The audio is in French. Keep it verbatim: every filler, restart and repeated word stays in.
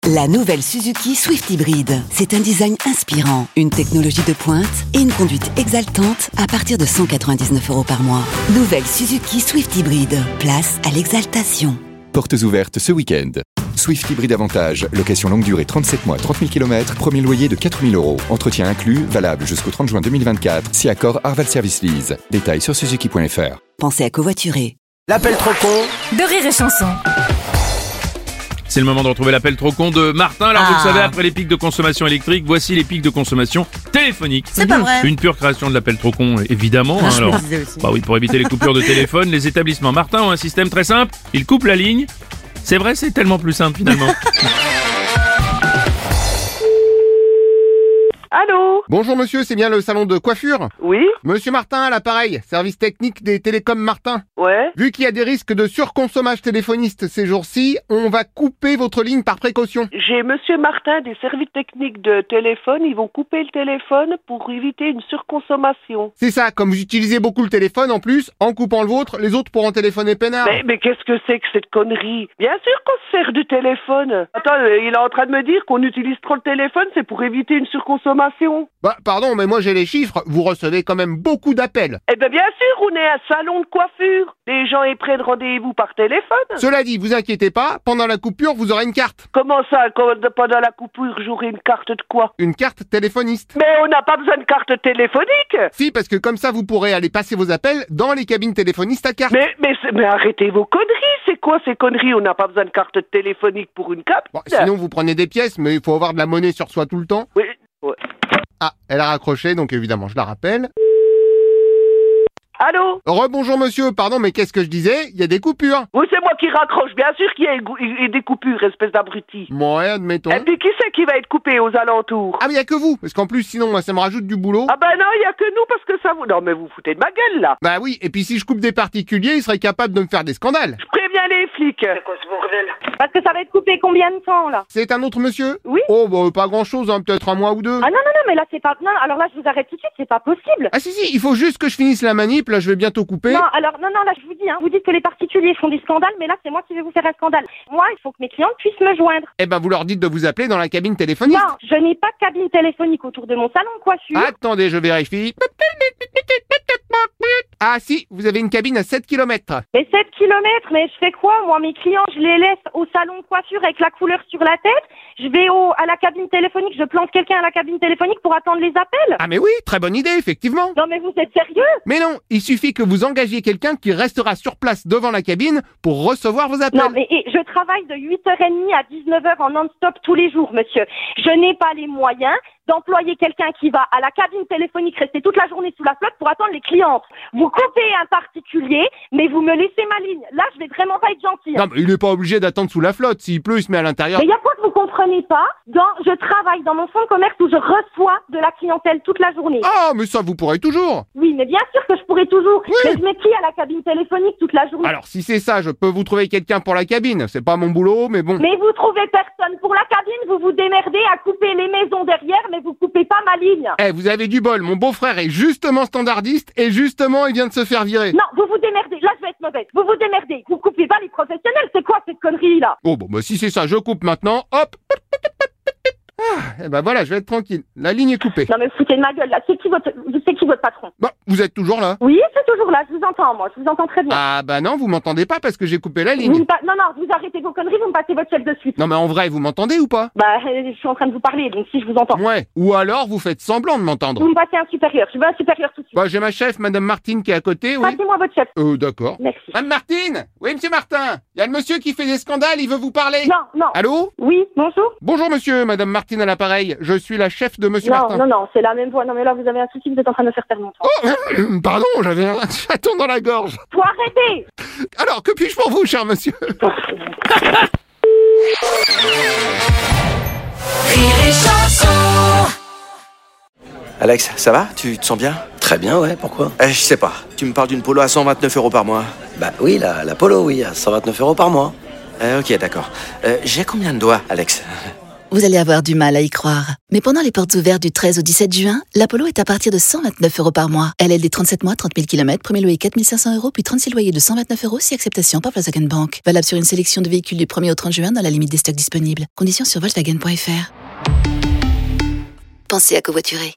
La nouvelle Suzuki Swift Hybrid. C'est un design inspirant, une technologie de pointe et une conduite exaltante à partir de cent quatre-vingt-dix-neuf euros par mois. Nouvelle Suzuki Swift Hybrid. Place à l'exaltation. Portes ouvertes ce week-end. Swift Hybrid Avantage, location longue durée trente-sept mois, trente mille kilomètres, premier loyer de quatre mille euros. Entretien inclus, valable jusqu'au trente juin deux mille vingt-quatre, si accord Arval Service Lease. Détails sur suzuki point f r. Pensez à covoiturer. L'appel trop con de Rire et Chanson. C'est le moment de retrouver l'appel trop con de Martin. Alors Ah. vous le savez, après les pics de consommation électrique, voici les pics de consommation téléphonique. C'est pas vrai. Une pure création de l'appel trop con, évidemment. Ah, hein, je alors, me disais aussi. bah oui, pour éviter les coupures de téléphone, les établissements Martin ont un système très simple. Ils coupent la ligne. C'est vrai, c'est tellement plus simple finalement. Allô? Bonjour monsieur, c'est bien le salon de coiffure? Oui? Monsieur Martin à l'appareil, service technique des télécoms Martin. Ouais? Vu qu'il y a des risques de surconsommage téléphoniste ces jours-ci, on va couper votre ligne par précaution. J'ai Monsieur Martin des services techniques de téléphone. Ils vont couper le téléphone pour éviter une surconsommation. C'est ça, comme vous utilisez beaucoup le téléphone en plus, en coupant le vôtre, les autres pourront téléphoner peinard. Mais, mais qu'est-ce que c'est que cette connerie? Bien sûr qu'on se sert du téléphone. Attends, euh, il est en train de me dire qu'on utilise trop le téléphone, c'est pour éviter une surconsommation. Bah pardon, mais moi j'ai les chiffres, vous recevez quand même beaucoup d'appels. Eh ben bien sûr, on est un salon de coiffure. Les gens y prennent rendez-vous par téléphone. Cela dit, vous inquiétez pas, pendant la coupure, vous aurez une carte. Comment ça, quand- pendant la coupure, j'aurai une carte de quoi? Une carte téléphoniste. Mais on n'a pas besoin de carte téléphonique. Si, parce que comme ça, vous pourrez aller passer vos appels dans les cabines téléphonistes à carte. Mais, mais, c'est- mais arrêtez vos conneries, c'est quoi ces conneries? On n'a pas besoin de carte téléphonique pour une carte. Bon, sinon, vous prenez des pièces, mais il faut avoir de la monnaie sur soi tout le temps. Oui, ouais. Ah, elle a raccroché, donc évidemment, je la rappelle. Allô? Rebonjour monsieur, pardon, mais qu'est-ce que je disais? Il y a des coupures. Oui, c'est moi qui raccroche, bien sûr qu'il y a eu- eu des coupures, espèce d'abruti. Ouais, admettons. Et puis qui c'est qui va être coupé aux alentours? Ah, mais il y a que vous, parce qu'en plus, sinon, moi, ça me rajoute du boulot. Ah ben non, il y a que nous parce que ça vous... Non mais vous foutez de ma gueule là. Bah oui, et puis si je coupe des particuliers, ils seraient capables de me faire des scandales. Je préviens les flics. C'est quoi ce bordel? Parce que ça va être coupé combien de temps, là? C'est un autre monsieur? Oui. Oh, bah, pas grand-chose, hein, peut-être un mois ou deux. Ah non, non, non, mais là, c'est pas... Non, alors là, je vous arrête tout de suite, c'est pas possible. Ah si, si, il faut juste que je finisse la manip, là, je vais bientôt couper. Non, alors, non, non, là, je vous dis, hein, vous dites que les particuliers font des scandales, mais là, c'est moi qui vais vous faire un scandale. Moi, il faut que mes clients puissent me joindre. Eh ben, vous leur dites de vous appeler dans la cabine téléphonique. Non, je n'ai pas de cabine téléphonique autour de mon salon de coiffure. Attendez, je vérifie. Ah si, vous avez une cabine à sept kilomètres. Mais sept kilomètres, mais je fais quoi? Moi, mes clients, je les laisse au salon de coiffure avec la couleur sur la tête. Je vais au, à la cabine téléphonique, je plante quelqu'un à la cabine téléphonique pour attendre les appels. Ah mais oui, très bonne idée, effectivement. Non, mais vous êtes sérieux? Mais non, il suffit que vous engagiez quelqu'un qui restera sur place devant la cabine pour recevoir vos appels. Non, mais et, je travaille de huit heures trente à dix-neuf heures en non-stop tous les jours, monsieur. Je n'ai pas les moyens d'employer quelqu'un qui va à la cabine téléphonique rester toute la journée sous la flotte pour attendre les clientes. Vous coupez un particulier, mais vous me laissez ma ligne. Là, je vais vraiment pas être gentil. Non, mais il est pas obligé d'attendre sous la flotte. S'il pleut, il se met à l'intérieur. Mais il y a quoi que vous comprenez pas? Dans, je travaille dans mon fonds de commerce où je reçois de la clientèle toute la journée. Ah, mais ça, vous pourrez toujours. Oui, mais bien sûr que je pourrais toujours. Oui. Mais je mets qui à la cabine téléphonique toute la journée? Alors, si c'est ça, je peux vous trouver quelqu'un pour la cabine. C'est pas mon boulot, mais bon. Mais vous trouvez personne pour la cabine, vous vous démerdez à couper les maisons derrière, mais vous coupez pas ma ligne. Eh, vous avez du bol. Mon beau-frère est justement standardiste et justement, il vient de se faire virer. Non, vous vous démerdez. Là, je vais être mauvaise. Vous vous démerdez. Vous coupez pas les professionnels. C'est quoi cette connerie là? Oh, bon, bah, si c'est ça, je coupe maintenant. Hop. Ah, eh ben voilà, je vais être tranquille. La ligne est coupée. Non mais vous foutez de ma gueule là. C'est qui votre, c'est qui votre patron? Bah, vous êtes toujours là? Oui, c'est toujours là. Je vous entends moi. Je vous entends très bien. Ah, bah non, vous m'entendez pas parce que j'ai coupé la Vous ligne. me pa- Non non, vous arrêtez vos conneries. Vous me passez votre chef de suite. Non, mais en vrai, vous m'entendez ou pas? Bah, euh, je suis en train de vous parler, donc si je vous entends. Ouais. Ou alors, vous faites semblant de m'entendre. Vous me passez un supérieur. Je veux un supérieur tout de suite. Bah, j'ai ma chef, Madame Martine, qui est à côté, oui. Passez-moi votre chef. Euh, d'accord. Merci. Madame Martine? Oui, monsieur Martin. Il y a le monsieur qui fait des scandales, il veut vous parler. Non non. Allô? Oui, bonjour. Bonjour monsieur, Madame Martine à l'appareil. Je suis la chef de monsieur Non Martin. non non, c'est la même voix. Non mais là vous avez un souci. Vous êtes en train de me faire perdre mon temps. Oh, pardon, j'avais un chaton dans la gorge. Faut arrêter. Alors, que puis-je pour vous, cher monsieur? Alex, ça va? Tu te sens bien? Très bien, ouais, pourquoi? euh, Je sais pas. Tu me parles d'une polo à cent vingt-neuf euros par mois. Bah oui, la, la polo, oui, à cent vingt-neuf euros par mois. Euh, ok, d'accord. Euh, j'ai combien de doigts, Alex? Vous allez avoir du mal à y croire. Mais pendant les portes ouvertes du treize au dix-sept juin, la Polo est à partir de cent vingt-neuf euros par mois. L L D trente-sept mois, trente mille kilomètres, premier loyer quatre mille cinq cents euros, puis trente-six loyers de cent vingt-neuf euros si acceptation par Volkswagen Bank. Valable sur une sélection de véhicules du premier au trente juin dans la limite des stocks disponibles. Conditions sur Volkswagen point F R. Pensez à covoiturer.